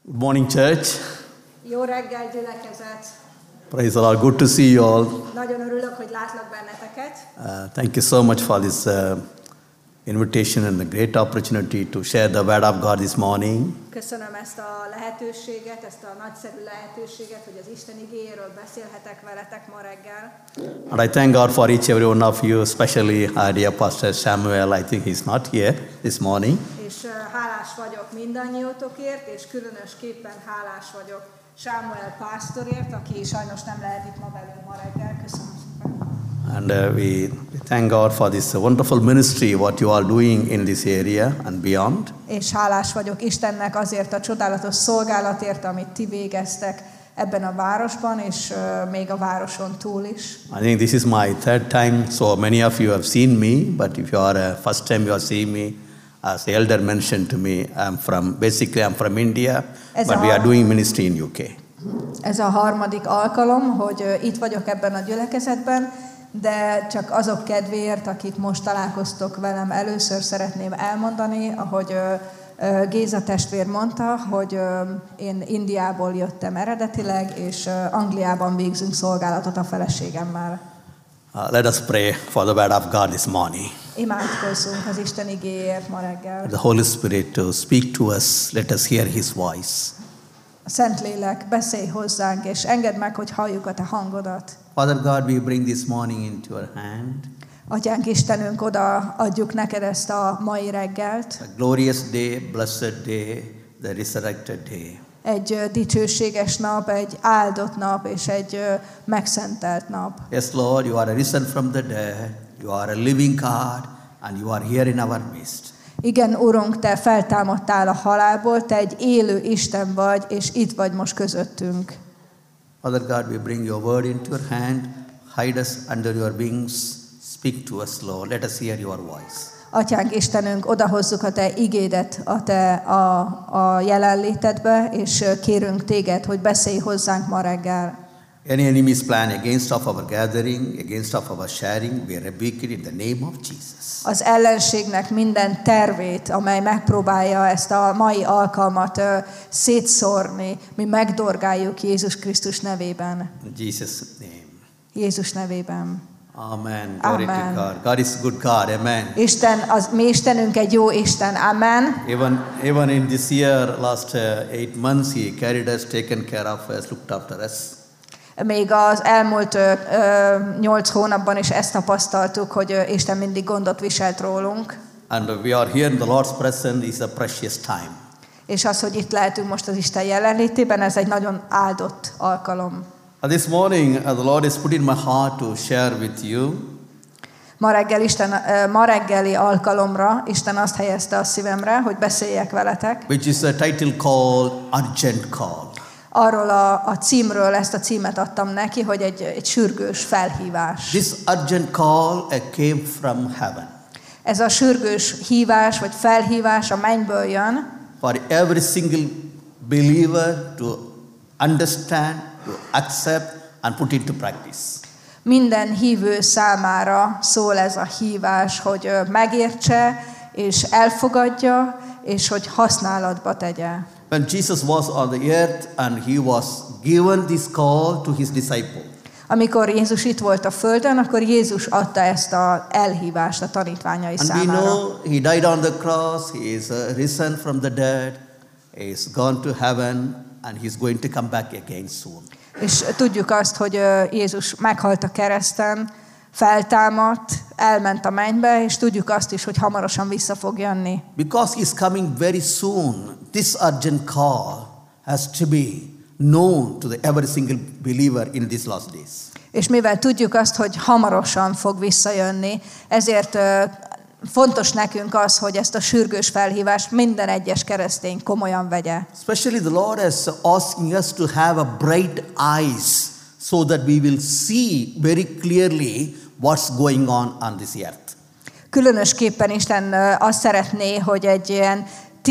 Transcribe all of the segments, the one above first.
Good morning, church. Jó reggel, gyülekezet! Praise the Lord. Good to see you all. Nagyon örülök, hogy látlak benneteket. Thank you so much for this invitation and a great opportunity to share the word of God this morning. Köszönöm ezt a lehetőséget, ezt a nagyszerű lehetőséget, hogy az Isten igéjéről beszélhetek veletek ma reggel. And I thank God for each every one of you, especially our dear Pastor Samuel. I think he's not here this morning. És hálás vagyok mindannyiótokért, és különösképpen hálás vagyok Samuel pásztorért, aki sajnos nem lehet itt ma velünk ma reggel. Köszönöm szépen. And we thank God for this wonderful ministry, what you are doing in this area and beyond. És hálás vagyok Istennek azért a csodálatos szolgálatért, amit ti végeztek ebben a városban, és még a városon túl is. I think this is my third time, so many of you have seen me, but if you are first time you are seeing me, as the elder mentioned to me, I'm from India, but we are doing ministry in UK. Ez a harmadik alkalom, hogy itt vagyok ebben a gyülekezetben, de csak azok kedvéért, akik most találkoztok velem, először szeretném elmondani, ahogy Géza testvér mondta, hogy én Indiából jöttem eredetileg, és Angliában végzünk szolgálatot a feleségemmel. Let us pray for the word of God this morning. Imádkozzunk az Isten igéért ma reggel. The Holy Spirit to speak to us, let us hear His voice. A Szentlélek, beszélj hozzánk, és engedd meg, hogy halljuk a te hangodat. Father God, we bring this morning into your hand. Atyánk Istenünk, oda adjuk neked ezt a mai reggelt. A glorious day, blessed day, the resurrected day. Egy dicsőséges nap, egy áldott nap, és egy megszentelt nap. Yes, Lord, you are risen from the dead, you are a living God, and you are here in our midst. Igen, Urunk, te feltámadtál a halálból, te egy élő Isten vagy, és itt vagy most közöttünk. Father God, we bring your word into your hand, hide us under your wings, speak to us, Lord, let us hear your voice. Atyánk Istenünk, odahozzuk a te igédet a jelenlétedbe, és kérünk téged, hogy beszélj hozzánk ma reggel. Any enemy's plan against of our gathering, against of our sharing, we rebuke it in the name of Jesus. Az ellenségnek minden tervét, amely megpróbálja ezt a mai alkalmat szétszórni, mi megdorgáljuk Jézus Krisztus nevében. In Jesus' name. Jézus nevében. Amen. Glory Amen. to God. God is good God. Amen. Mi Istenünk egy jó Isten. Amen. Even in this year, last 8 months, He carried us, taken care of us, looked after us. Még az elmúlt 8 hónapban is ezt tapasztaltuk, hogy Isten mindig gondot viselt rólunk. And we are here in the Lord's presence is a precious time. És az, hogy itt lehetünk most az Isten jelenlétében, ez egy nagyon áldott alkalom. This morning, the Lord has put in my heart to share with you. Ma reggeli alkalomra Isten azt helyezte a szívemre, hogy beszéljek veletek. Which is a title called Urgent Call. Arról a címről, ezt a címet adtam neki, hogy egy sürgős felhívás. This urgent call came from heaven. Ez a sürgős hívás vagy felhívás a mennyből jön. For every single believer to understand, to accept and put into practice. Minden hívő számára szól ez a hívás, hogy megértse és elfogadja, és hogy használatba tegye. When Jesus was on the earth and He was given this call to His disciples. Amikor Jézus itt volt a földön, akkor Jézus adta ezt az elhívást a tanítványai számára. And we know He died on the cross, He is risen from the dead, He is gone to heaven, and He is going to come back again soon. És tudjuk azt, hogy Jézus meghalt a kereszten, feltámadt, elment a mennybe, és tudjuk azt is, hogy hamarosan vissza fog jönni. Because He is coming very soon, this urgent call has to be known to every single believer in these last days. És mivel tudjuk azt, hogy hamarosan fog visszajönni, ezért fontos nekünk az, hogy ezt a sürgős felhívást minden egyes keresztény komolyan vegye. Especially the Lord is asking us to have a bright eyes so that we will see very clearly what's going on this earth. Különösképpen Isten azt szeretné, hogy egy ilyen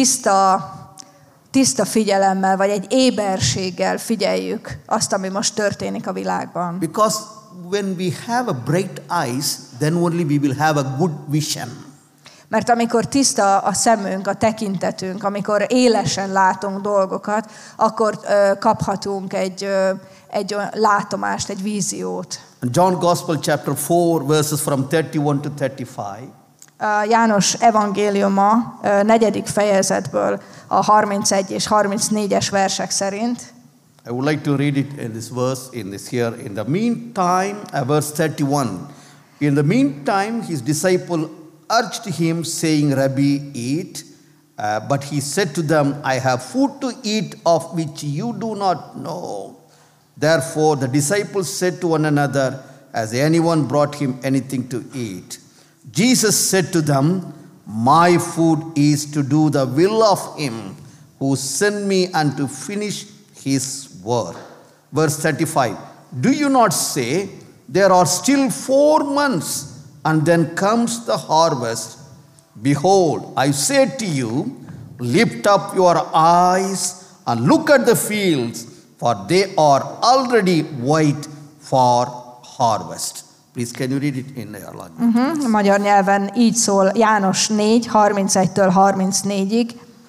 tiszta figyelemmel, vagy egy éberséggel figyeljük azt, ami most történik a világban. Because when we have a bright eyes, then only we will have a good vision. Mert amikor tiszta a szemünk, a tekintetünk, amikor élesen látunk dolgokat, akkor kaphatunk egy látomást, egy víziót. John Gospel chapter 4 verses from 31 to 35. János evangéliuma 4. fejezetből a 31 és 34-es versek szerint. I would like to read it in this verse, in the meantime, verse 31. In the meantime, his disciple urged him, saying, Rabbi, eat. But he said to them, I have food to eat of which you do not know. Therefore, the disciples said to one another, has anyone brought him anything to eat? Jesus said to them, my food is to do the will of him who sent me and to finish his work. Verse 35. Do you not say, there are still 4 months, and then comes the harvest? Behold, I say to you, lift up your eyes and look at the fields, for they are already white for harvest. Please, can you read it in your language? Magyar nyelven így szól János 4, 31-től 34-ig.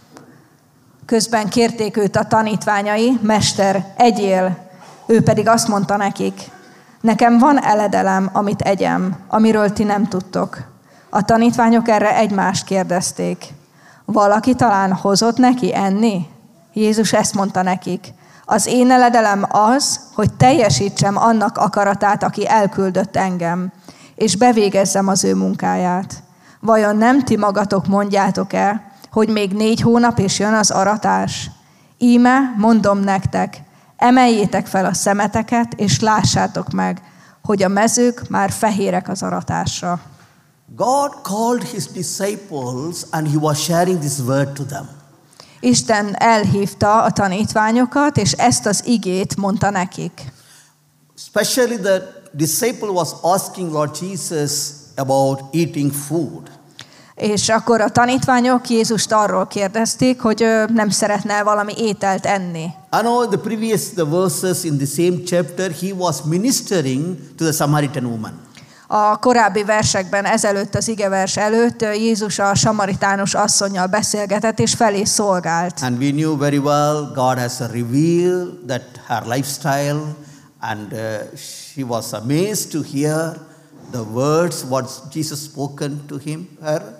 Közben kérték őt a tanítványai, Mester, egyél. Ő pedig azt mondta nekik, nekem van eledelem, amit egyem, amiről ti nem tudtok. A tanítványok erre egymást kérdezték. Valaki talán hozott neki enni? Jézus ezt mondta nekik. Az én eledelem az, hogy teljesítsem annak akaratát, aki elküldött engem, és bevégezzem az ő munkáját. Vajon nem ti magatok mondjátok-e, hogy még 4 hónap és jön az aratás? Íme, mondom nektek, emeljétek fel a szemeteket, és lássátok meg, hogy a mezők már fehérek az aratásra. God called his disciples and he was sharing this word to them. Isten elhívta a tanítványokat, és ezt az igét mondta nekik. Especially the disciple was asking Lord Jesus about eating food. És akkor a tanítványok Jézust arról kérdezték, hogy nem szeretne valami ételt enni. I know the verses in the same chapter, he was ministering to the Samaritan woman. A korábbi versekben, ezelőtt az igevers előtt Jézus a samaritánus asszonnyal beszélgetett és felé szolgált. And we knew very well God has revealed that her lifestyle, and she was amazed to hear the words what Jesus spoken to her.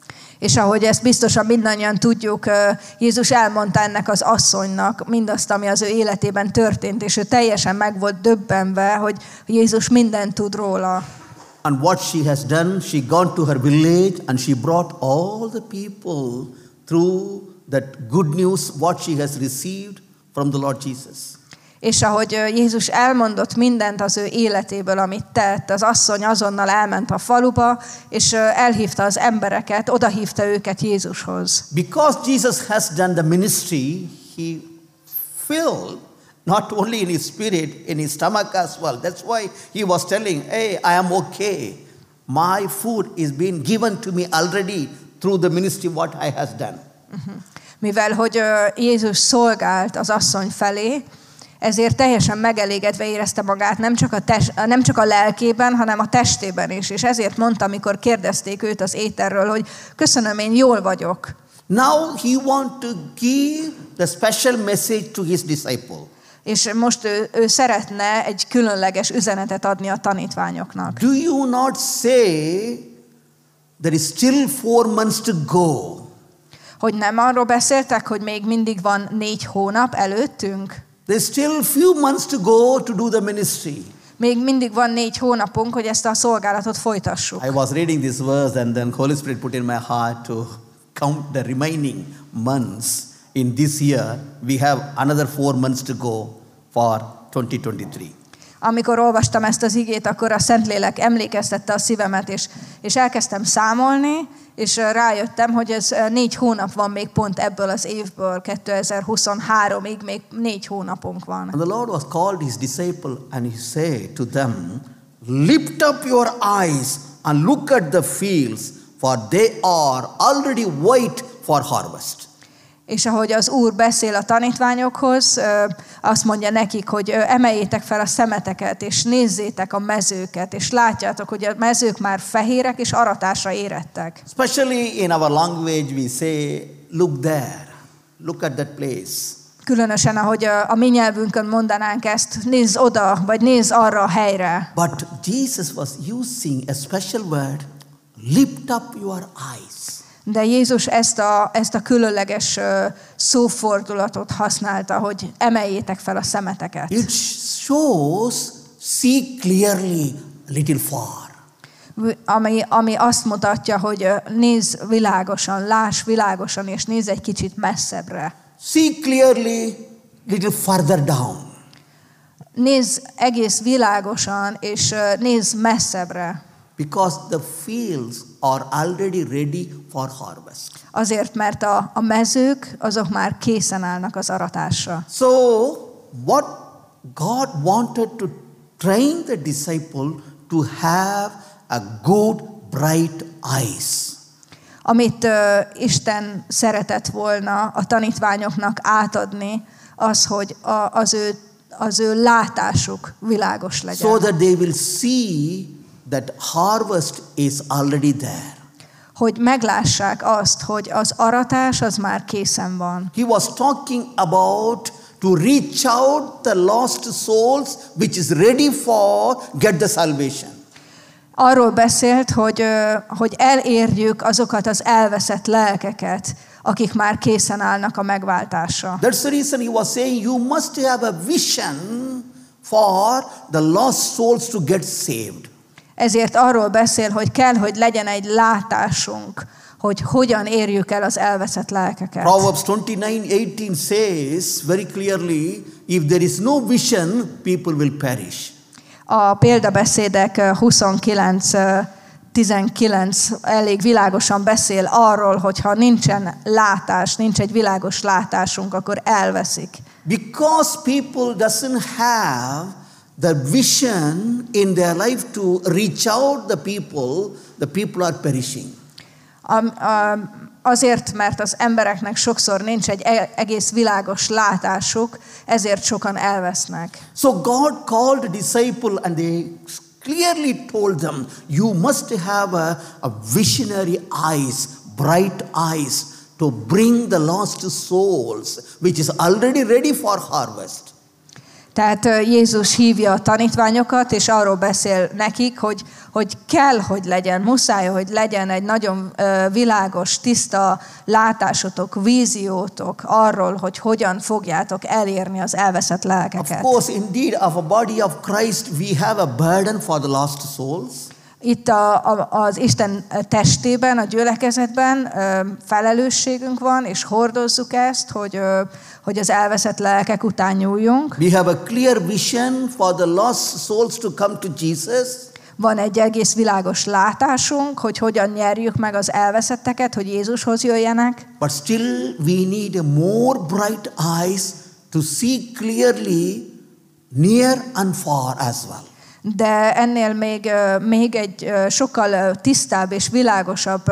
És ahogy ezt biztosan mindannyian tudjuk, Jézus elmondta ennek az asszonynak mindazt, ami az ő életében történt, és ő teljesen meg volt döbbenve, hogy Jézus mindent tud róla. And what she has done, she gone to her village and she brought all the people through that good news what she has received from the Lord Jesus. És ahogy Jézus elmondott mindent az ő életéből, amit tett, az asszony azonnal elment a faluba, és elhívta az embereket, odahívta őket Jézushoz. Because Jesus has done the ministry, he filled not only in his spirit, in his stomach as well. That's why he was telling, hey, I am okay. My food is being given to me already through the ministry what I has done. Mivel hogy Jézus szolgált az asszony felé, ezért teljesen megelégedve érezte magát nem csak a lelkében, hanem a testében is. És ezért mondta, amikor kérdezték őt az ételről, hogy köszönöm, én jól vagyok. Now he want to give the special message to his disciple. És most ő szeretne egy különleges üzenetet adni a tanítványoknak. Do you not say there is still 4 months to go? Hogy nem arról beszéltek, hogy még mindig van 4 hónap előttünk? There's still few months to go to do the ministry. Még mindig van 4 hónapunk, hogy ezt a szolgálatot folytassuk. I was reading this verse and then Holy Spirit put in my heart to count the remaining months. In this year, we have another 4 months to go for 2023. Amikor olvastam ezt az igét, akkor a Szentlélek emlékeztette a szívemet, és elkezdtem számolni, és rájöttem, hogy ez 4 hónap van még pont ebből az évből, 2023-ig még 4 hónapunk van. And the Lord was called his disciple and he said to them, lift up your eyes and look at the fields, for they are already white for harvest. És ahogy az Úr beszél a tanítványokhoz, azt mondja nekik, hogy emeljétek fel a szemeteket, és nézzétek a mezőket, és látjátok, hogy a mezők már fehérek, és aratásra érettek. Especially in our language we say, look there, look at that place. Különösen, ahogy a mi nyelvünkön mondanánk ezt, nézz oda, vagy nézz arra a helyre. But Jesus was using a special word, lift up your eyes. De Jézus ezt a különleges szófordulatot használta, hogy emeljétek fel a szemeteket. It shows, see clearly a little far. Ami azt mutatja, hogy nézz világosan, láss világosan, és nézz egy kicsit messzebbre. See clearly little further down. Nézz egész világosan, és nézz messzebbre. Because the fields are already ready for harvest. Azért, mert a mezők, azok már készen állnak az aratásra. So, what God wanted to train the disciple to have a good, bright eyes. Amit Isten szeretett volna a tanítványoknak átadni, az, hogy az ő látásuk világos legyen. So that they will see that harvest is already there. Hogy meglássák azt, hogy az aratás az már készen van. He was talking about to reach out the lost souls which is ready for get the salvation. Arról beszélt, hogy elérjük azokat az elveszett lelkeket, akik már készen állnak a megváltásra. That's the reason he was saying you must have a vision for the lost souls to get saved. Ezért arról beszél, hogy kell, hogy legyen egy látásunk, hogy hogyan érjük el az elveszett lelkeket. Proverbs 29:18 says very clearly, if there is no vision, people will perish. A példabeszédek 29:19 elég világosan beszél arról, hogy ha nincsen látás, nincs egy világos látásunk, akkor elveszik. Because people doesn't have the vision in their life to reach out the people are perishing. Azért, mert az embereknek sokszor nincs egy egész világos látásuk, ezért sokan elvesznek. So God called a disciple and they clearly told them, you must have a visionary eyes, bright eyes to bring the lost souls, which is already ready for harvest. Tehát Jézus hívja a tanítványokat, és arról beszél nekik, hogy kell, hogy legyen, muszáj, hogy legyen egy nagyon világos, tiszta látásotok, víziótok arról, hogy hogyan fogjátok elérni az elveszett lelkeket. Of course, indeed, of a body of Christ, we have a burden for the lost souls. Itt az Isten testében, a gyülekezetben felelősségünk van, és hordozzuk ezt, hogy az elveszett lelkek után nyúljunk. We have a clear vision for the lost souls to come to Jesus. Van egy egész világos látásunk, hogy hogyan nyerjük meg az elveszetteket, hogy Jézushoz jöjjenek. But still we need a more bright eyes to see clearly near and far as well. De ennél még egy sokkal tisztább és világosabb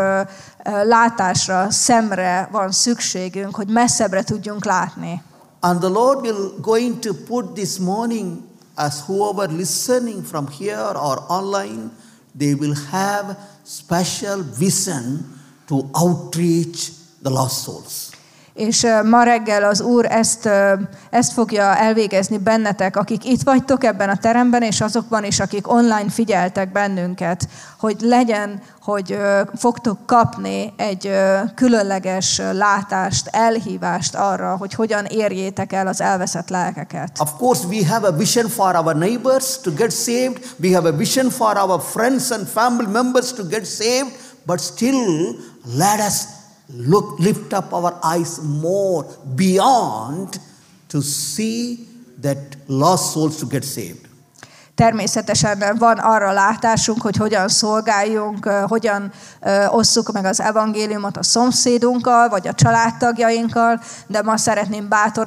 látásra, szemre van szükségünk, hogy messzebbre tudjunk látni. And the Lord will going to put this morning as whoever listening from here or online, they will have special vision to outreach the lost souls. És ma reggel az Úr ezt fogja elvégezni bennetek, akik itt vagytok ebben a teremben, és azokban is, akik online figyeltek bennünket, hogy legyen, hogy fogtok kapni egy különleges látást, elhívást arra, hogy hogyan érjétek el az elveszett lelkeket. Of course, we have a vision for our neighbors to get saved. We have a vision for our friends and family members to get saved. But still, let us lift up our eyes more beyond to see that lost souls to get saved. Természetesen van arra látásunk, hogy hogyan szolgáljunk, hogyan osszuk meg az evangéliumot a szomszédunkkal, vagy a családtagjainkkal, de ma szeretném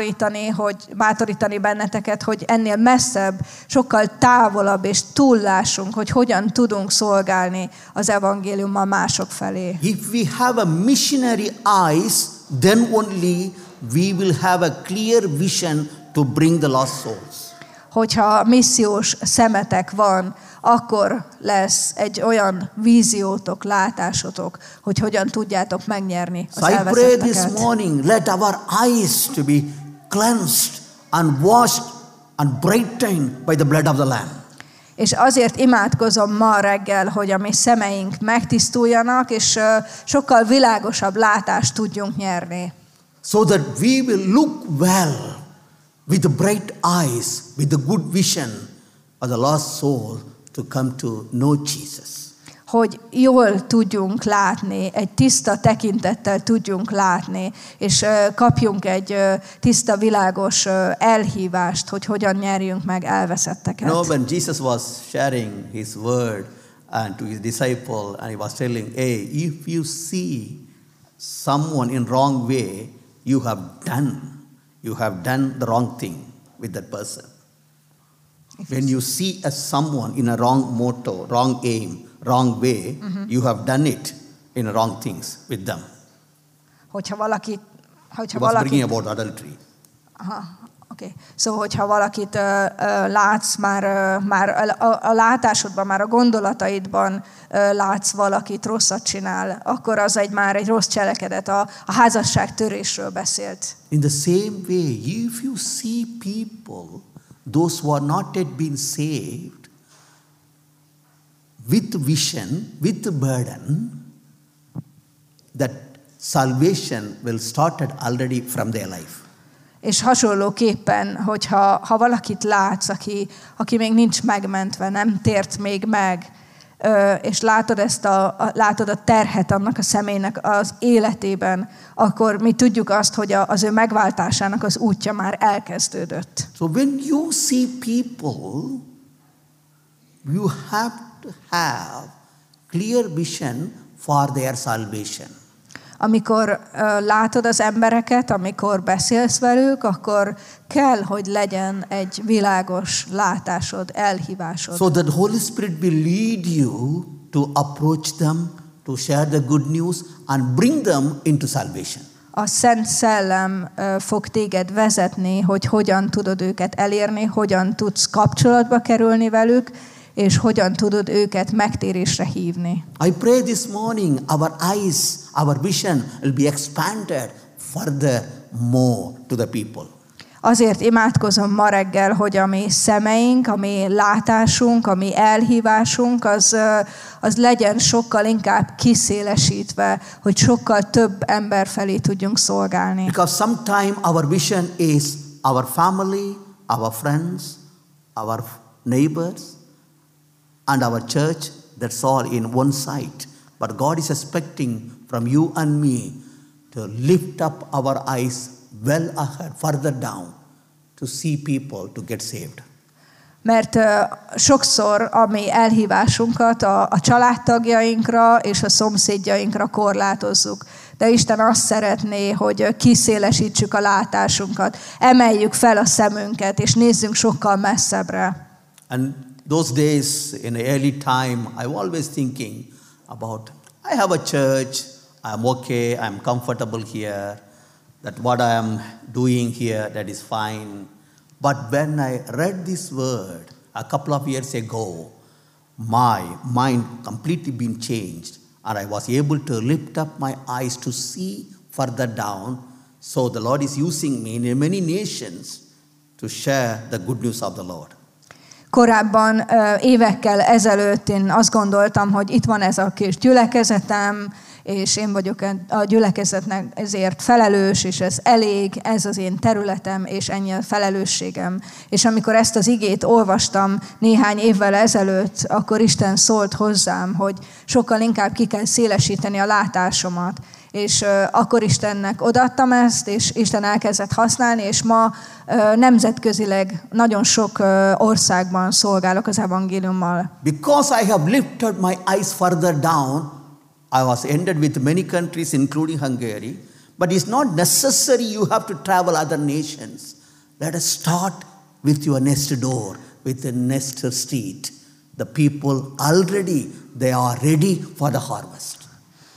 bátorítani benneteket, hogy ennél messzebb, sokkal távolabb és túllássunk, hogy hogyan tudunk szolgálni az evangéliummal mások felé. If we have a missionary eyes, then only we will have a clear vision to bring the lost souls. Hogyha missziós szemetek van, akkor lesz egy olyan víziótok, látásotok, hogy hogyan tudjátok megnyerni az So I pray this elveszetteket. morning, let our eyes to be cleansed and washed and brightened by the blood of the Lamb. És azért imádkozom ma reggel, hogy a mi szemeink megtisztuljanak, és sokkal világosabb látást tudjunk nyerni. So that we will look well with the bright eyes, with the good vision of the lost soul to come to know Jesus. Hogy jól tudjunk látni, egy tiszta tekintettel tudjunk látni, és kapjunk egy tiszta, világos elhívást, hogy hogyan nyerjünk meg elveszetteket. You know, when Jesus was sharing his word and to his disciple, and he was telling, hey, if you see someone in wrong way, you have done the wrong thing with that person. When you see someone in a wrong motto, wrong aim, wrong way, you have done it in wrong things with them. Hogyha valaki... He was bringing about adultery. Okay. Szóval, hogyha valakit látsz, már a látásodban, már a gondolataidban látsz valakit rosszat csinál, akkor az már egy rossz cselekedet, a házasságtörésről beszélt. In the same way, if you see people, those who are not yet been saved, with vision, with burden, that salvation will started already from their life. És hasonlóképpen, hogyha valakit látsz, aki még nincs megmentve, nem tért még meg, és látod a terhet annak a személynek az életében, akkor mi tudjuk azt, hogy az ő megváltásának az útja már elkezdődött. So when you see people, you have to have clear vision for their salvation. Amikor látod az embereket, amikor beszélsz velük, akkor kell, hogy legyen egy világos látásod, elhívásod. So that Holy Spirit will lead you to approach them, to share the good news and bring them into salvation. A Szent Szellem fog téged vezetni, hogy hogyan tudod őket elérni, hogyan tudsz kapcsolatba kerülni velük, és hogyan tudod őket megtérésre hívni. I pray this morning our eyes, our vision will be expanded further more to the people. Azért imádkozom ma reggel, hogy a mi szemeink, a mi látásunk, a mi elhívásunk, az legyen sokkal inkább kiszélesítve, hogy sokkal több ember felé tudjunk szolgálni. Because sometimes our vision is our family, our friends, our neighbors, and our church, that's all in one side. But God is expecting from you and me to lift up our eyes well ahead, further down, to see people to get saved. Mert sokszor a mi elhívásunkat a családtagjainkra és a szomszédjainkra korlátozzuk. De Isten azt szeretné, hogy kiszélesítsük a látásunkat, emeljük fel a szemünket, és nézzünk sokkal messzebbre. And those days, in the early time, I was always thinking about, I have a church, I'm okay, I'm comfortable here, that what I am doing here, that is fine. But when I read this word a couple of years ago, my mind completely been changed, and I was able to lift up my eyes to see further down. So the Lord is using me in many nations to share the good news of the Lord. Korábban évekkel ezelőtt én azt gondoltam, hogy itt van ez a kis gyülekezetem, és én vagyok a gyülekezetnek ezért felelős, és ez elég, ez az én területem, és ennyi a felelősségem. És amikor ezt az igét olvastam néhány évvel ezelőtt, akkor Isten szólt hozzám, hogy sokkal inkább ki kell szélesíteni a látásomat. És akkor Istennek odaadtam ezt, és Isten elkezdett használni, és ma nemzetközileg nagyon sok országban szolgálok az evangéliummal. Because I have lifted my eyes further down, I was ended with many countries, including Hungary. But it's not necessary you have to travel other nations. Let us start with your next door, with the next street. The people already, they are ready for the harvest.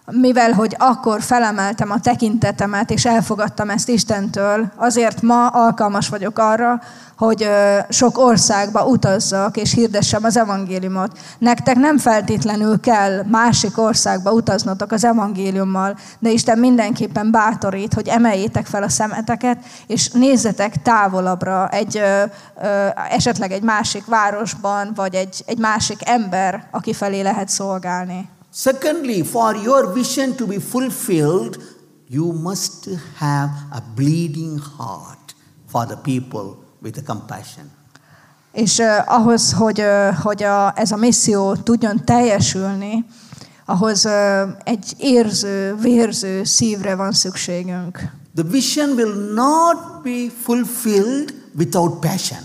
mivel hogy akkor felemeltem a tekintetemet, és elfogadtam ezt Istentől, azért ma alkalmas vagyok arra, hogy sok országba utazzak, és hirdessem az evangéliumot. Nektek nem feltétlenül kell másik országba utaznotok az evangéliummal, de Isten mindenképpen bátorít, hogy emeljétek fel a szemeteket, és nézzetek távolabbra, esetleg egy másik városban, vagy egy másik ember, aki felé lehet szolgálni. Secondly, for your vision to be fulfilled, you must have a bleeding heart for the people with a compassion. És ahhoz, hogy ez a misszió tudjon teljesülni, ahhoz egy érző, vérző szívre van szükségünk. The vision will not be fulfilled without passion.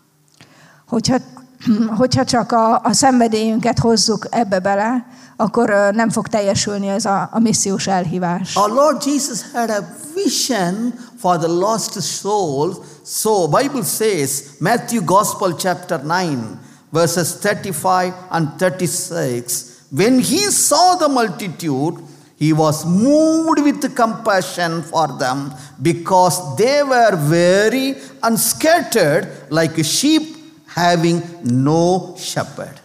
Hogyha csak a szenvedélyünket hozzuk ebbe bele, akkor nem fog teljesülni ez a missziós elhívás. Our Lord Jesus had a vision for the lost souls. So Bible says, Matthew Gospel chapter 9, verses 35 and 36, when he saw the multitude, he was moved with compassion for them because they were weary and scattered like sheep having no shepherd.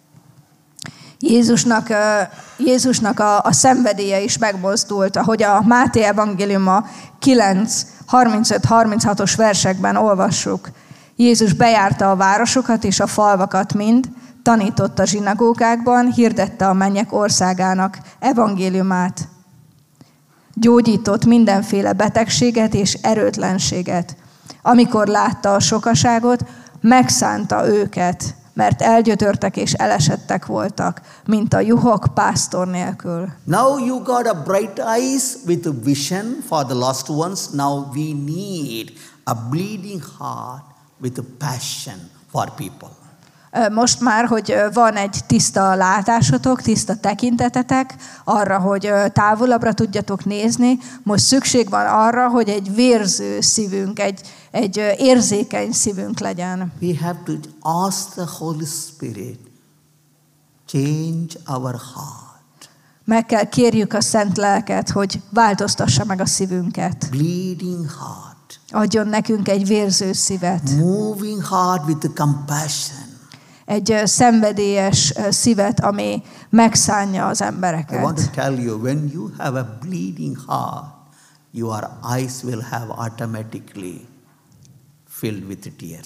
Jézusnak a szenvedélye is megmozdult, ahogy a Máté evangéliuma 9, 35-36-os versekben olvassuk. Jézus bejárta a városokat és a falvakat mind, tanított a zsinagógákban, hirdette a mennyek országának evangéliumát. Gyógyított mindenféle betegséget és erőtlenséget. Amikor látta a sokaságot, megszánta őket, mert elgyötörtek és elesettek voltak, mint a juhok pásztor nélkül. Now you got a bright eyes with a vision for the lost ones. Now we need a bleeding heart with a passion for people. Most már, hogy van egy tiszta látásotok, tiszta tekintetetek arra, hogy távolabbra tudjatok nézni, most szükség van arra, hogy egy vérző szívünk, egy érzékeny szívünk legyen. We have to ask the Holy Spirit, change our heart. Meg kell kérjük a Szent Lelket, hogy változtassa meg a szívünket. Bleeding heart. Adjon nekünk egy vérző szívet. Moving heart with the compassion. Egy szenvedélyes szívet, ami megszánja az embereket. I want to tell you, when you have a bleeding heart, your eyes will have automatically filled with tears.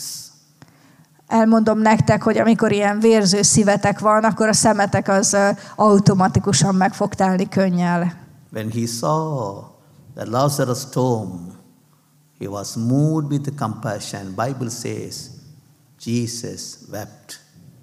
Elmondom nektek, hogy amikor ilyen vérző szívetek van, akkor a szemetek az automatikusan meg fog telni könnyel. When he saw the Lazarus tomb, he was moved with compassion. Bible says, Jesus wept.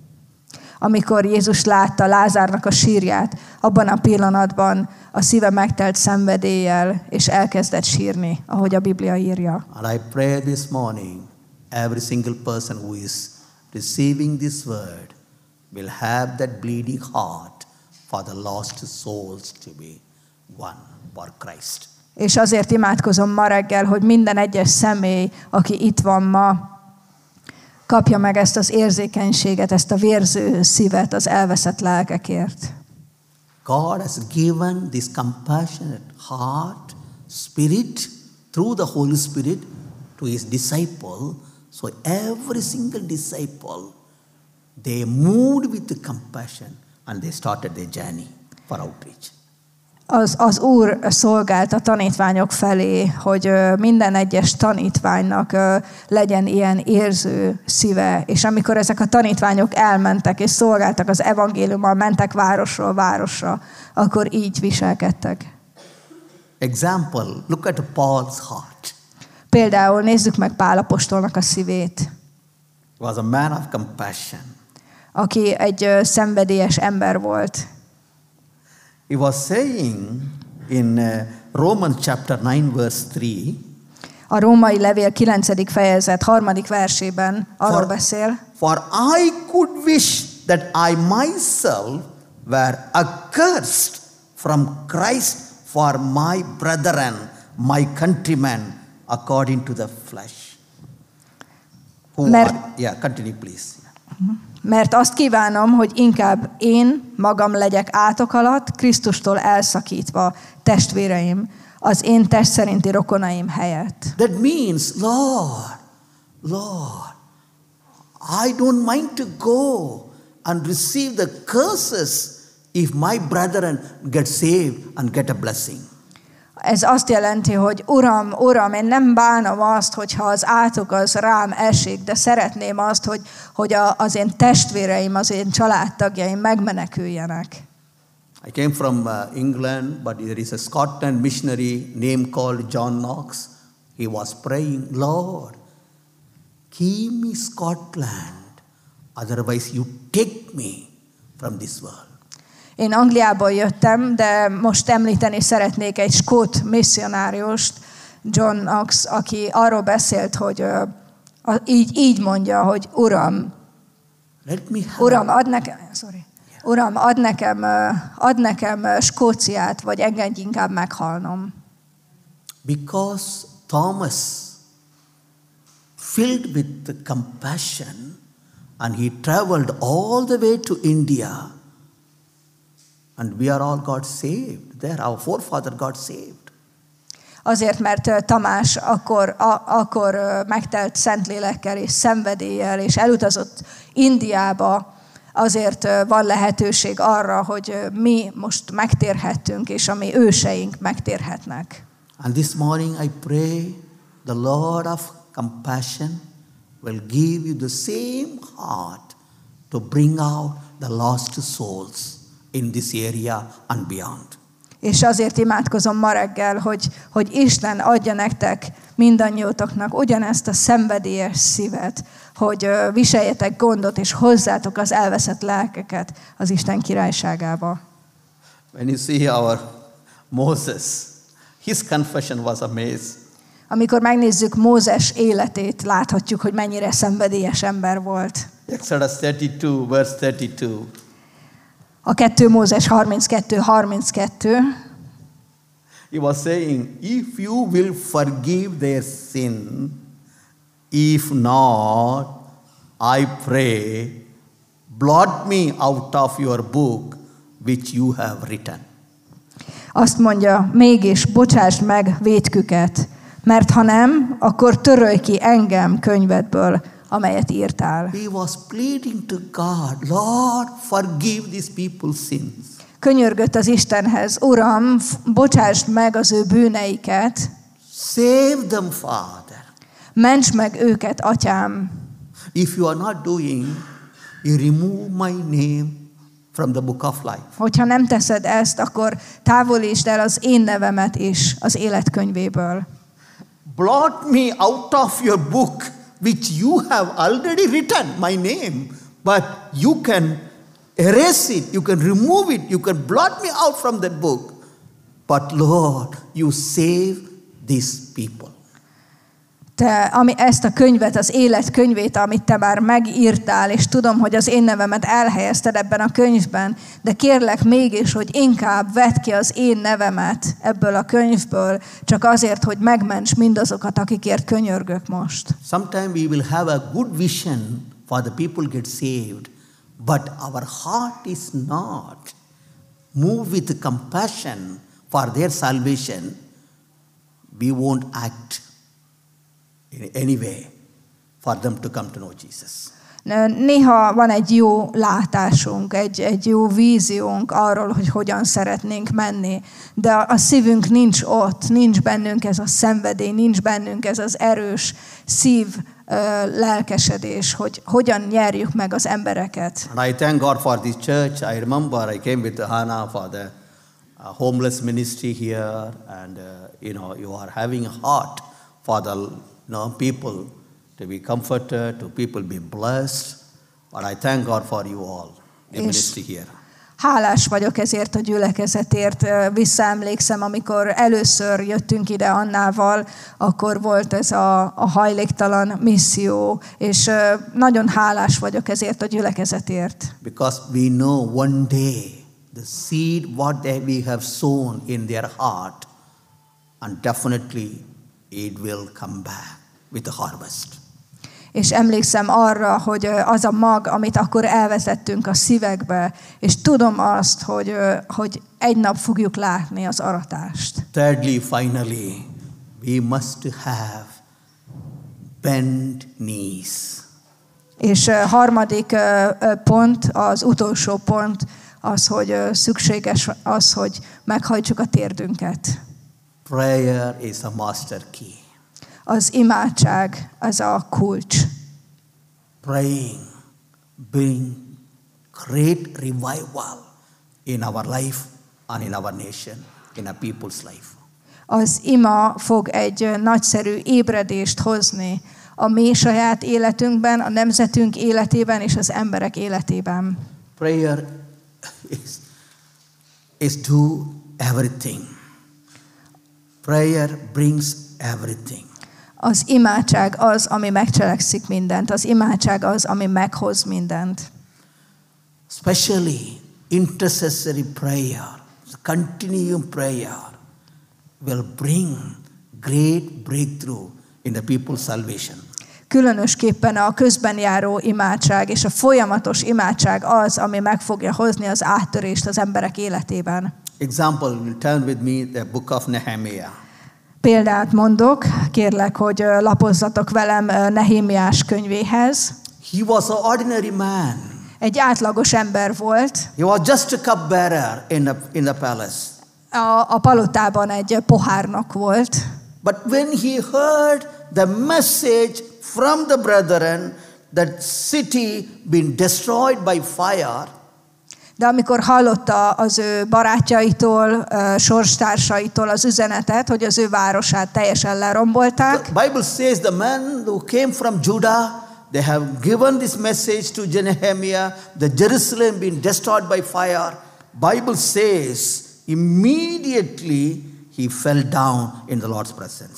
Amikor Jézus látta Lázárnak a sírját, abban a pillanatban a szíve megtelt szenvedéllyel, és elkezdett sírni, ahogy a Biblia írja. And I pray this morning, every single person who is receiving this word will have that bleeding heart for the lost souls to be won for Christ. És azért imádkozom ma reggel, hogy minden egyes személy, aki itt van ma, kapja meg ezt az érzékenységet, ezt a vérző szívet az elveszett lelkekért. God has given this compassionate heart, spirit, through the Holy Spirit to his disciple. So every single disciple, they moved with the compassion and they started their journey for outreach. Az Úr szolgált a tanítványok felé, hogy minden egyes tanítványnak legyen ilyen érző szíve, és amikor ezek a tanítványok elmentek és szolgáltak az evangéliummal, mentek városról városra, akkor így viselkedtek. Example, look at Paul's heart. Például nézzük meg Pál apostolnak a szívét. He was a man of compassion. Aki egy szenvedélyes ember volt. He was saying in Romans chapter 9 verse 3. A római levél 9. fejezet 3. versében arról beszél. For I could wish that I myself were accursed from Christ for my brethren, my countrymen, according to the flesh. Yeah, continue please. Mert azt kívánom, hogy inkább én magam legyek átok alatt, Krisztustól elszakítva, testvéreim, az én test szerinti rokonaim helyett. That means, Lord, I don't mind to go and receive the curses if my brethren get saved and get a blessing. Ez azt jelenti, hogy Uram, én nem bánom azt, hogyha az átok az rám esik, de szeretném azt, hogy az én testvéreim, az én családtagjaim megmeneküljenek. I came from England, but there is a Scotland missionary name called John Knox. He was praying, Lord, give me Scotland, otherwise you take me from this world. Én Angliából jöttem, de most említeni szeretnék egy skót misszionáriust, John Knox, aki arról beszélt, hogy így mondja, hogy Uram, ad nekem Skóciát, vagy engedj inkább meghalnom. Because Thomas, filled with the compassion, and he traveled all the way to India, and we are all got saved. There, our forefather got saved. Azért, mert Tamás akkor megtelt Szentlélekkel és szenvedéllyel, és elutazott Indiába, azért van lehetőség arra, hogy mi most megtérhettünk, és a mi őseink megtérhetnek. And this morning I pray the Lord of compassion will give you the same heart to bring out the lost souls in this area and beyond. És azért imádkozom ma reggel, hogy Isten adja nektek mindannyiótoknak ugyanezt a szenvedélyes szívet, hogy viseljetek gondot, és hozzátok az elveszett lelkeket az Isten királyságába. When you see our Moses, his confession was amazing. Amikor megnézzük Mózes életét, láthatjuk, hogy mennyire szenvedélyes ember volt. Exodus 32, verse 32. A 2 Mózes 32:32. He was saying, if you will forgive their sin, if not, I pray, blot me out of your book which you have written. Azt mondja, mégis bocsásd meg vétküket, mert ha nem, akkor törölj ki engem könyvedből, amelyet írtál. He was pleading to God, Lord, forgive these people's sins. Könyörgött az Istenhez, Uram, bocsásd meg az ő bűneiket. Save them, Father. Ments meg őket, Atyám. If you are not doing, you remove my name from the book of life. Hogyha nem teszed ezt, akkor távolítsd el az én nevemet is az életkönyvéből. Blot me out of your book which you have already written my name, but you can erase it, you can remove it, you can blot me out from that book. But Lord, you save these people. Ezt a könyvet, az életkönyvét, amit te már megírtál, és tudom, hogy az én nevemet elhelyezted ebben a könyvben, de kérlek mégis, hogy inkább vedd ki az én nevemet ebből a könyvből, csak azért, hogy megments mindazokat, akikért könyörgök most. Sometimes we will have a good vision for the people get saved, but our heart is not moved with compassion for their salvation. We won't act in any way for them to come to know Jesus. Néha van egy jó látásunk, egy jó víziónk arról, hogy hogyan szeretnénk menni, de a szívünk nincs ott, nincs bennünk ez a szenvedély, nincs bennünk ez az erős szív lelkesedés, hogy hogyan nyerjük meg az embereket. And I thank God for this church. I remember I came with Hannah for the homeless ministry here, and you are having a heart for the people to be comforted, to people be blessed. But I thank God for you all, the ministry here. Hálás vagyok ezért a gyülekezetért. Visszaemlékszem, amikor először jöttünk ide Annával, akkor volt ez a hajléktalan misszió, és nagyon hálás vagyok ezért a gyülekezetért. Because we know one day the seed what we have sown in their heart, and definitely it will come back with the harvest. És emlékszem arra, hogy az a mag, amit akkor elvezettünk a szívekbe, és tudom azt, hogy egy nap fogjuk látni az aratást. Thirdly, finally, we must have bent knees. És harmadik pont, az utolsó pont az, hogy szükséges az, hogy meghajtsuk a térdünket. Prayer is a master key. Az imádság, az a kulcs. Praying bring great revival in our life and in our nation, in a people's life. Az ima fog egy nagyszerű ébredést hozni a mi saját életünkben, a nemzetünk életében és az emberek életében. Prayer is do everything. Prayer brings everything. Az imádság az, ami megcselekszik mindent. Az imádság az, ami meghoz mindent. Especially intercessory prayer, continuing prayer will bring great breakthrough in the people's salvation. Különösképpen a közben járó imádság és a folyamatos imádság az, ami meg fogja hozni az áttörést az emberek életében. Example, will turn with me the book of Nehemiah. Példát mondok, kérlek, hogy lapozzatok velem Nehémiás könyvéhez. He was an ordinary man. Egy átlagos ember volt. He was just a cupbearer in the palace. A palotában egy pohárnok volt. But when he heard the message from the brethren that city been destroyed by fire, de amikor hallotta az ő barátjaitól, sorstársaitól az üzenetet, hogy az ő városát teljesen lerombolták. The Bible says the men who came from Judah, they have given this message to Nehemiah, the Jerusalem been destroyed by fire. Bible says immediately he fell down in the Lord's presence.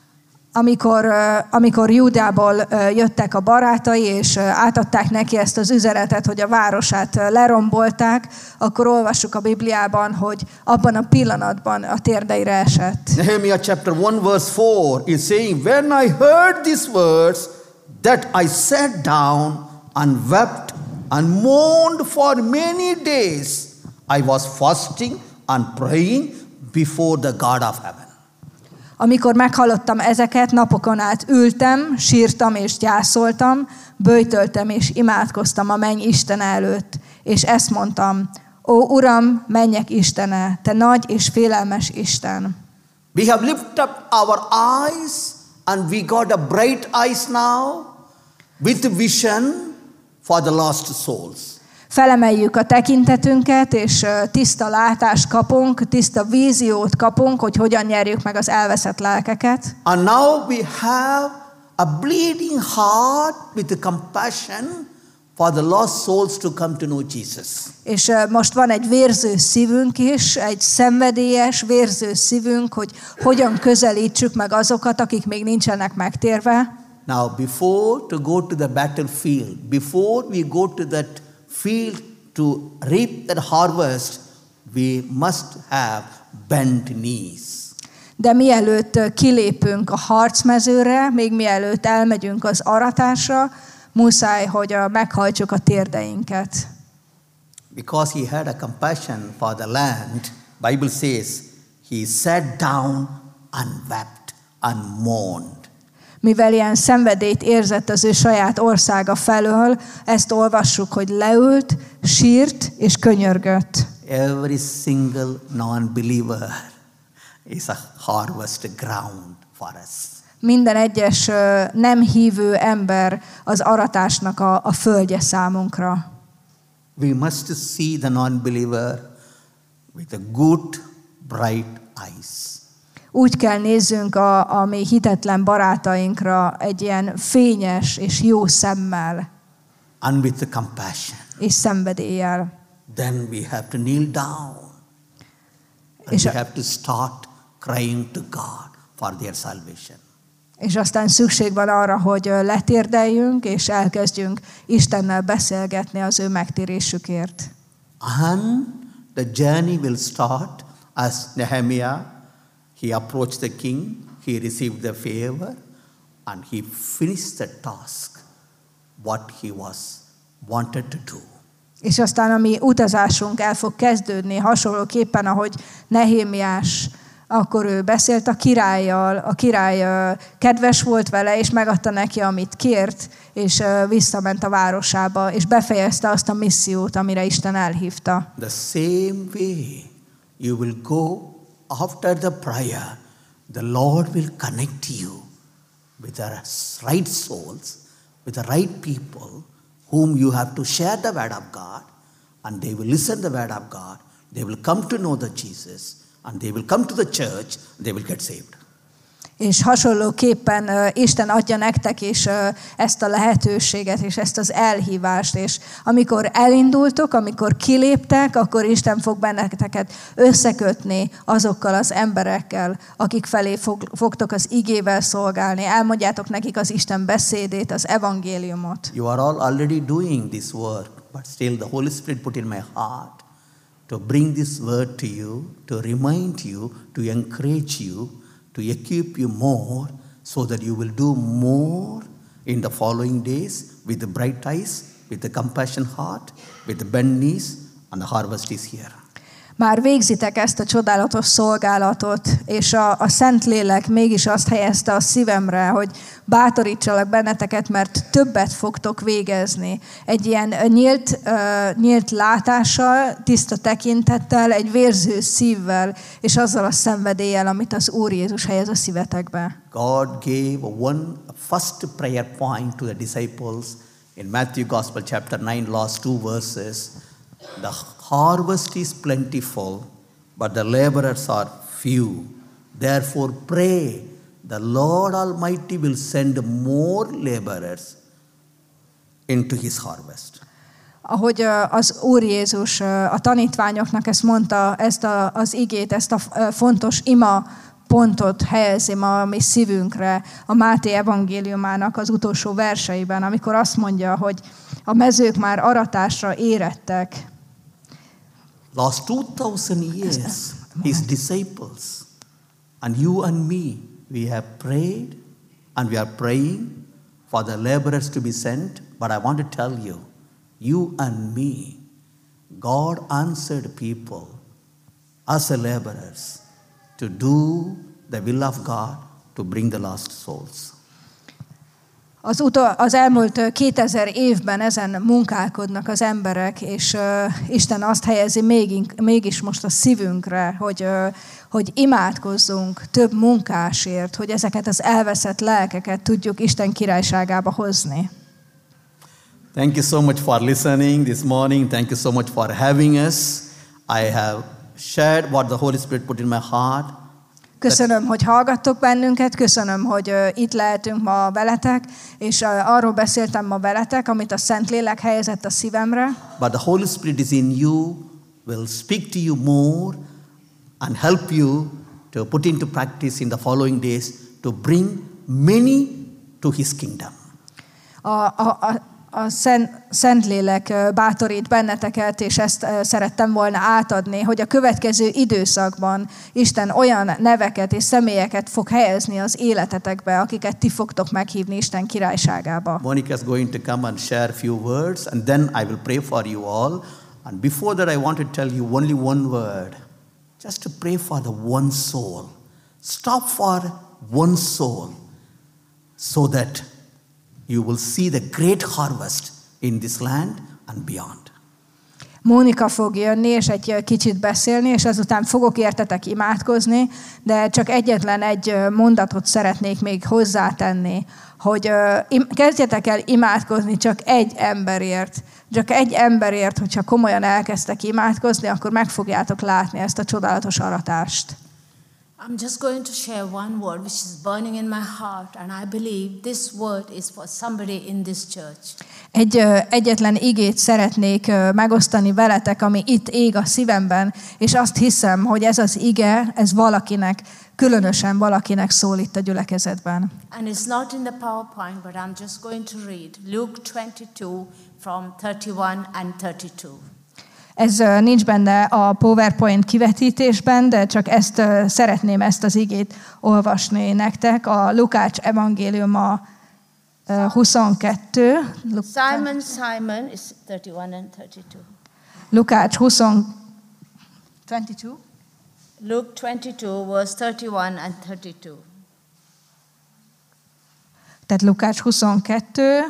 Amikor Júdából jöttek a barátai, és átadták neki ezt az üzenetet, hogy a városát lerombolták, akkor olvassuk a Bibliában, hogy abban a pillanatban a térdeire esett. Nehemiah chapter 1 verse 4 is saying, when I heard these words, that I sat down and wept and mourned for many days. I was fasting and praying before the God of heaven. Amikor meghallottam ezeket, napokon át ültem, sírtam és gyászoltam, böjtöltem és imádkoztam a menny Istene előtt, és ezt mondtam, ó Uram, mennyek Istene, te nagy és félelmes Isten. We have lifted up our eyes and we got a bright eyes now with vision for the lost souls. Felemeljük a tekintetünket, és tiszta látást kapunk, tiszta víziót kapunk, hogy hogyan nyerjük meg az elveszett lelkeket. And now we have a bleeding heart with compassion for the lost souls to come to know Jesus. És most van egy vérző szívünk is, egy szenvedélyes, vérző szívünk, hogy hogyan közelítsük meg azokat, akik még nincsenek megtérve. Now before to go to the battlefield, before we go to that field to reap that harvest, we must have bent knees. De mielőtt kilépünk a harcmezőre, még mielőtt elmegyünk az aratásra, muszáj, hogy meghajtsuk a térdeinket. Because he had a compassion for the land, Bible says, he sat down and wept and mourned. Mivel ilyen szenvedélyt érzett az ő saját országa felől, ezt olvassuk, hogy leült, sírt és könyörgött. Every single non-believer is a harvest ground for us. Minden egyes nem hívő ember az aratásnak a földje számunkra. We must see the non-believer with a good, bright eyes. Úgy kell nézzünk a mi hitetlen barátainkra egy ilyen fényes és jó szemmel. And with the compassion. És szenvedéllyel. Then we have to kneel down. And we have to start crying to God for their salvation. És aztán szükség van arra, hogy letérdeljünk, és elkezdjünk Istennel beszélgetni az ő megtérésükért. And the journey will start as Nehemiah. He approached the king, he received the favor, and he finished the task, what he was wanted to do. És aztán a mi utazásunk el fog kezdődni, hasonlóképpen, ahogy Nehémiás, akkor ő beszélt a királlyal, a király kedves volt vele, és megadta neki, amit kért, és visszament a városába, és befejezte azt a missziót, amire Isten elhívta. The same way you will go after the prayer, the Lord will connect you with the right souls, with the right people, whom you have to share the word of God, and they will listen the word of God, they will come to know the Jesus, and they will come to the church, they will get saved. És hasonlóképpen Isten adja nektek is ezt a lehetőséget, és ezt az elhívást, és amikor elindultok, amikor kiléptek, akkor Isten fog benneteket összekötni azokkal az emberekkel, akik felé fogtok az igével szolgálni, elmondjátok nekik az Isten beszédét, az evangéliumot. You are all already doing this work, but still the Holy Spirit put in my heart to bring this word to you, to remind you, to encourage you, to equip you more, so that you will do more in the following days with the bright eyes, with the compassion heart, with the bent knees, and the harvest is here. Már végzitek ezt a csodálatos szolgálatot, és a Szentlélek mégis azt helyezte a szívemre, hogy bátorítsalak benneteket, mert többet fogtok végezni. Egy ilyen nyílt látással, tiszta tekintettel, egy vérző szívvel, és azzal a szenvedéllyel, amit az Úr Jézus helyez a szívetekbe. God gave one first prayer point to the disciples in Matthew Gospel chapter 9, last 2 verses. The harvest is plentiful, but the laborers are few. Therefore pray, the Lord Almighty will send more laborers into his harvest. Ahogy az Úr Jézus a tanítványoknak ezt mondta, ezt az igét, ezt a fontos ima pontot helyezi ma a mi szívünkre a Máté evangéliumának az utolsó verseiben, amikor azt mondja, hogy a mezők már aratásra érettek. Last 2000 years, his disciples and you and me, we have prayed and we are praying for the laborers to be sent. But I want to tell you, you and me, God answered people as a laborers to do the will of God, to bring the lost souls. Az elmúlt 2000 évben ezen munkálkodnak az emberek, és Isten azt helyezi mégis most a szívünkre, hogy imádkozzunk több munkásért, hogy ezeket az elveszett lelkeket tudjuk Isten királyságába hozni. Thank you so much for listening this morning. Thank you so much for having us. I have shared what the Holy Spirit put in my heart. Köszönöm, hogy hallgattok bennünket, köszönöm, hogy itt lehetünk ma veletek, és arról beszéltem ma veletek, amit a Szentlélek helyezett a szívemre. But the Holy Spirit is in you, will speak to you more and help you to put into practice in the following days to bring many to his kingdom. A Szentlélek bátorít benneteket, és ezt szerettem volna átadni, hogy a következő időszakban Isten olyan neveket és személyeket fog helyezni az életetekbe, akiket ti fogtok meghívni Isten királyságába. Monica is going to come and share a few words, and then I will pray for you all. And before that, I want to tell you only one word, just to pray for the one soul. Stop for one soul, so that you will see the great harvest in this land and beyond. Mónika fog jönni, és egy kicsit beszélni, és azután fogok értetek imádkozni, de csak egyetlen egy mondatot szeretnék még hozzátenni, hogy kezdjetek el imádkozni csak egy emberért, hogyha komolyan elkezdtek imádkozni, akkor meg fogjátok látni ezt a csodálatos aratást. I'm just going to share one word which is burning in my heart, and I believe this word is for somebody in this church. Egyetlen igét szeretnék megosztani veletek, ami itt ég a szívemben, és azt hiszem, hogy ez az ige, ez valakinek, különösen valakinek szól itt a gyülekezetben. And it's not in the PowerPoint, but I'm just going to read Luke 22 from 31 and 32. Ez nincs benne a PowerPoint kivetítésben, de csak szeretném ezt az igét olvasni nektek. A Lukács evangéliuma 22. Simon, Simon is 31 and 32. Lukács 22. Luke 22, verse 31 and 32. Tehát Lukács 22,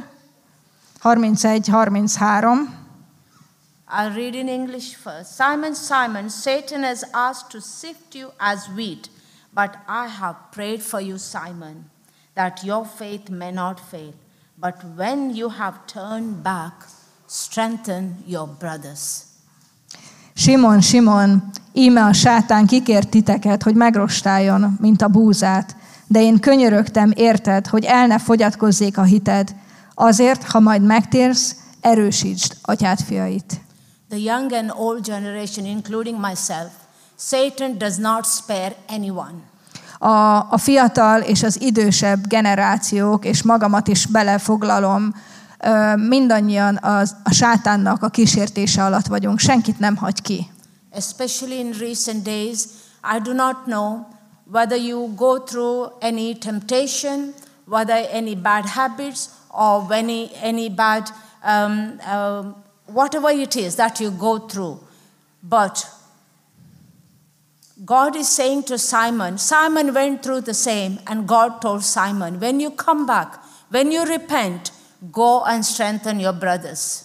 31-33. I'll read in English first. Simon, Simon, Satan has asked to sift you as wheat, but I have prayed for you, Simon, that your faith may not fail. But when you have turned back, strengthen your brothers. Simon, Simon, íme a sátán kikért titeket, hogy megrostáljon, mint a búzát. De én könyörögtem érted, hogy el ne fogyatkozzék a hited. Azért, ha majd megtérsz, erősítsd atyád fiait. The young and old generation, including myself, Satan does not spare anyone. A fiatal és az idősebb generációk, és magamat is belefoglalom, mindannyian a sátánnak a kísértése alatt vagyunk. Senkit nem hagy ki. Especially in recent days, I do not know whether you go through any temptation, whether any bad habits, or any bad whatever it is that you go through. But God is saying to Simon, Simon went through the same, and God told Simon, when you come back, when you repent, go and strengthen your brothers.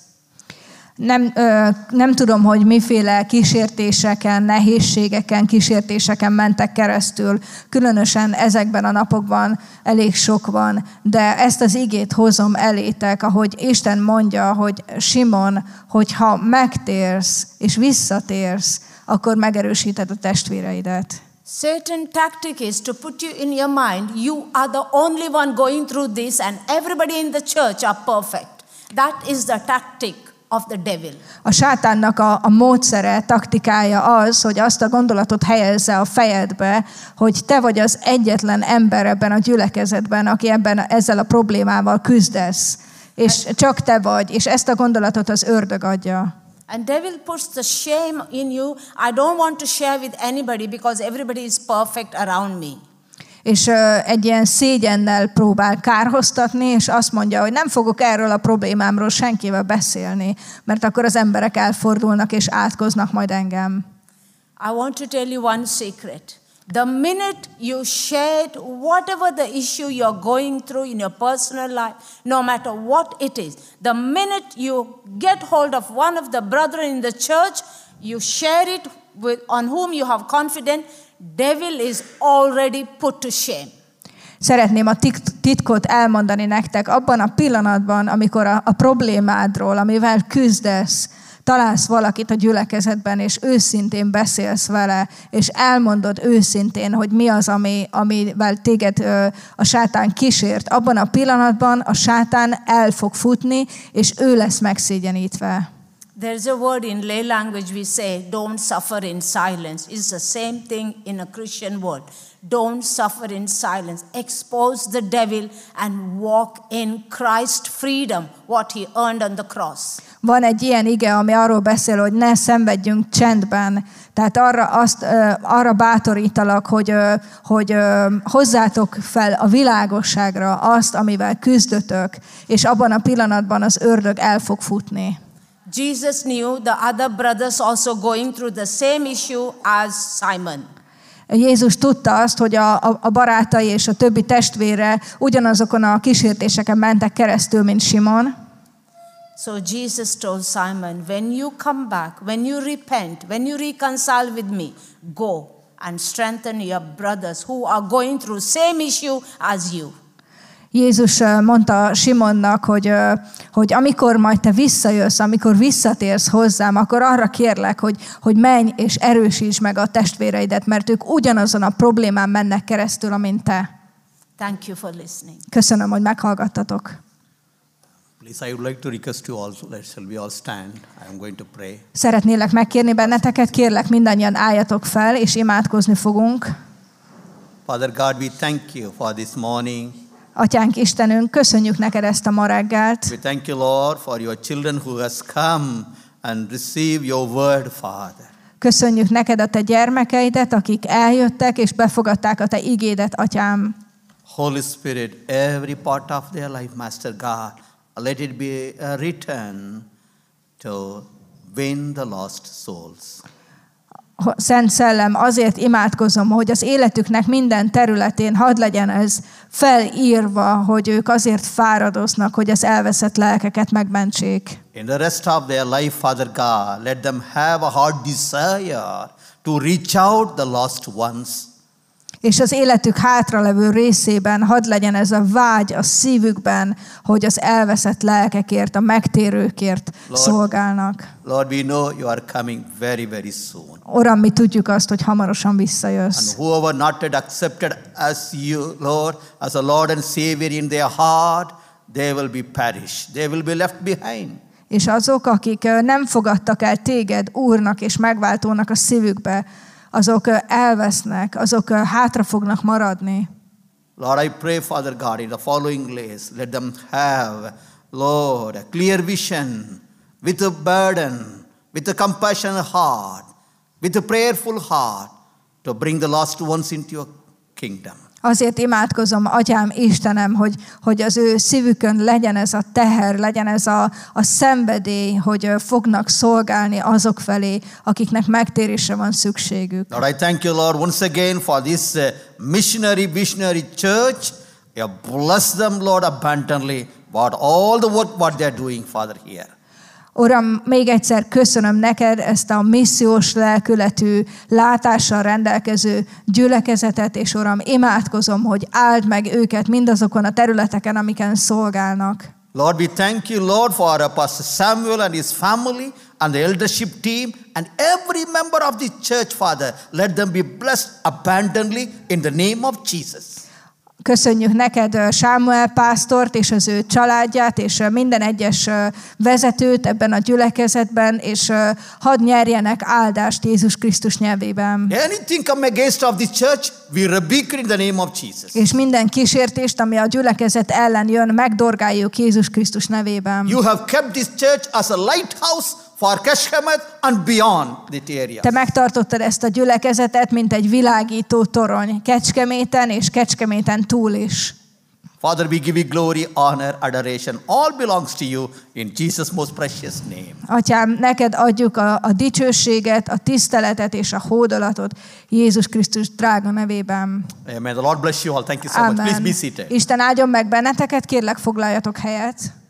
Nem tudom, hogy miféle kísértéseken, nehézségeken, kísértéseken mentek keresztül. Különösen ezekben a napokban elég sok van, de ezt az igét hozom elétek, ahogy Isten mondja, hogy Simon, hogyha megtérsz és visszatérsz, akkor megerősíted a testvéreidet. Satan tactic is to put you in your mind, you are the only one going through this and everybody in the church are perfect. That is the tactic of the devil. A sátánnak a módszere, taktikája az, hogy azt a gondolatot helyezze a fejedbe, hogy te vagy az egyetlen ember ebben a gyülekezetben, aki ezzel a problémával küzdesz. És csak te vagy, és ezt a gondolatot az ördög adja. And devil puts the shame in you. I don't want to share with anybody because everybody is perfect around me. És egy ilyen szégyennel próbál kárhoztatni, és azt mondja, hogy nem fogok erről a problémámról senkivel beszélni, mert akkor az emberek elfordulnak és átkoznak majd engem. I want to tell you one secret. The minute you shared whatever the issue you're going through in your personal life, no matter what it is, the minute you get hold of one of the brethren in the church, you share it with on whom you have confidence, devil is already put to shame. Szeretném a titkot elmondani nektek abban a pillanatban, amikor a problémádról, amivel küzdesz, találsz valakit a gyülekezetben, és őszintén beszélsz vele, és elmondod őszintén, hogy mi az, amivel téged a sátán kísért. Abban a pillanatban a sátán el fog futni, és ő lesz megszégyenítve. There's a word in lay language we say, don't suffer in silence. It's the same thing in a Christian word. Don't suffer in silence. Expose the devil and walk in Christ's freedom, what he earned on the cross. Van egy ilyen ige, ami arról beszél, hogy ne szenvedjünk csendben. Tehát arra bátorítalak, hogy hozzátok fel a világosságra azt, amivel küzdötök, és abban a pillanatban az ördög el fog futni. Jesus knew the other brothers also going through the same issue as Simon. Jézus tudta azt, hogy a barátai és a többi testvére ugyanazokon a kísértéseken mentek keresztül, mint Simon. So Jesus told Simon, when you come back, when you repent, when you reconcile with me, go and strengthen your brothers who are going through same issue as you. Jézus mondta Simonnak, hogy amikor majd te visszajössz, amikor visszatérsz hozzám, akkor arra kérlek, hogy menj és erősítsd meg a testvéreidet, mert ők ugyanazon a problémán mennek keresztül, amint te. Thank you for listening. Köszönöm, hogy meghallgattatok. Please, I would like to request you also, shall we all stand? I am going to pray. Szeretnélek megkérni benneteket, kérlek mindannyian álljatok fel, és imádkozni fogunk. Father God, we thank you for this morning. Atyánk Istenünk, köszönjük neked ezt a ma reggelt. We thank you, Lord, for your children who has come and receive your word, Father. Köszönjük neked a te gyermekeidet, akik eljöttek és befogadták a te igédet, Atyám. Holy Spirit, every part of their life, Master God, let it be a return to win the lost souls. Szent Szellem, azért imádkozom, hogy az életüknek minden területén hadd legyen ez felírva, hogy ők azért fáradoznak, hogy az elveszett lelkeket megmentsék. In the rest of their life, Father God, let them have a heart desire to reach out the lost ones. És az életük hátralevő részében hadd legyen ez a vágy a szívükben, hogy az elveszett lelkekért, a megtérőkért szolgálnak. Lord, we know you are coming very, very soon. Uram, mi tudjuk azt, hogy hamarosan visszajössz. And whoever not yet accepted as you, Lord, as a Lord and Savior in their heart, they will be perished. They will be left behind. És azok, akik nem fogadtak el téged Úrnak és megváltónak a szívükbe, azok elvesznek, azok hátra fognak maradni. Lord, I pray, Father God, in the following ways, let them have, Lord, a clear vision, with a burden, with a compassionate heart, with a prayerful heart, to bring the lost ones into your kingdom. Azért imádkozom, Atyám, Istenem, hogy az ő szívükön legyen ez a teher, legyen ez a szenvedély, hogy fognak szolgálni azok felé, akiknek megtérésre van szükségük. Lord, I thank you, Lord, once again for this missionary, visionary church. You bless them, Lord, abundantly, about all the work what they are doing, Father, here. Uram, még egyszer köszönöm neked ezt a missziós lelkületű, látással rendelkező gyülekezetet, és Uram, imádkozom, hogy áld meg őket mindazokon a területeken, amiken szolgálnak. Lord, we thank you, Lord, for Pastor Samuel and his family and the eldership team and every member of the church, Father. Let them be blessed abundantly in the name of Jesus. Köszönjük neked Sámuel pásztort és az ő családját, és minden egyes vezetőt ebben a gyülekezetben, és hadd nyerjenek áldást Jézus Krisztus nyelvében. Anything come against of the church, we rebuke in the name of Jesus. És minden kísértést, ami a gyülekezet ellen jön, megdorgáljuk Jézus Krisztus nevében. You have kept this church as a lighthouse for Kecskemét and beyond the area. Te megtartottad ezt a gyülekezetet, mint egy világító torony Kecskeméten és Kecskeméten túl is. Father, we give you glory, honor, adoration. All belongs to you in Jesus' most precious name. Atyám, neked adjuk a dicsőséget, a tiszteletet és a hódolatot Jézus Krisztus drága nevében. Amen. The Lord bless you all. Thank you so much. Please be seated. Isten áldjon meg benneteket, kérlek foglaljatok helyet.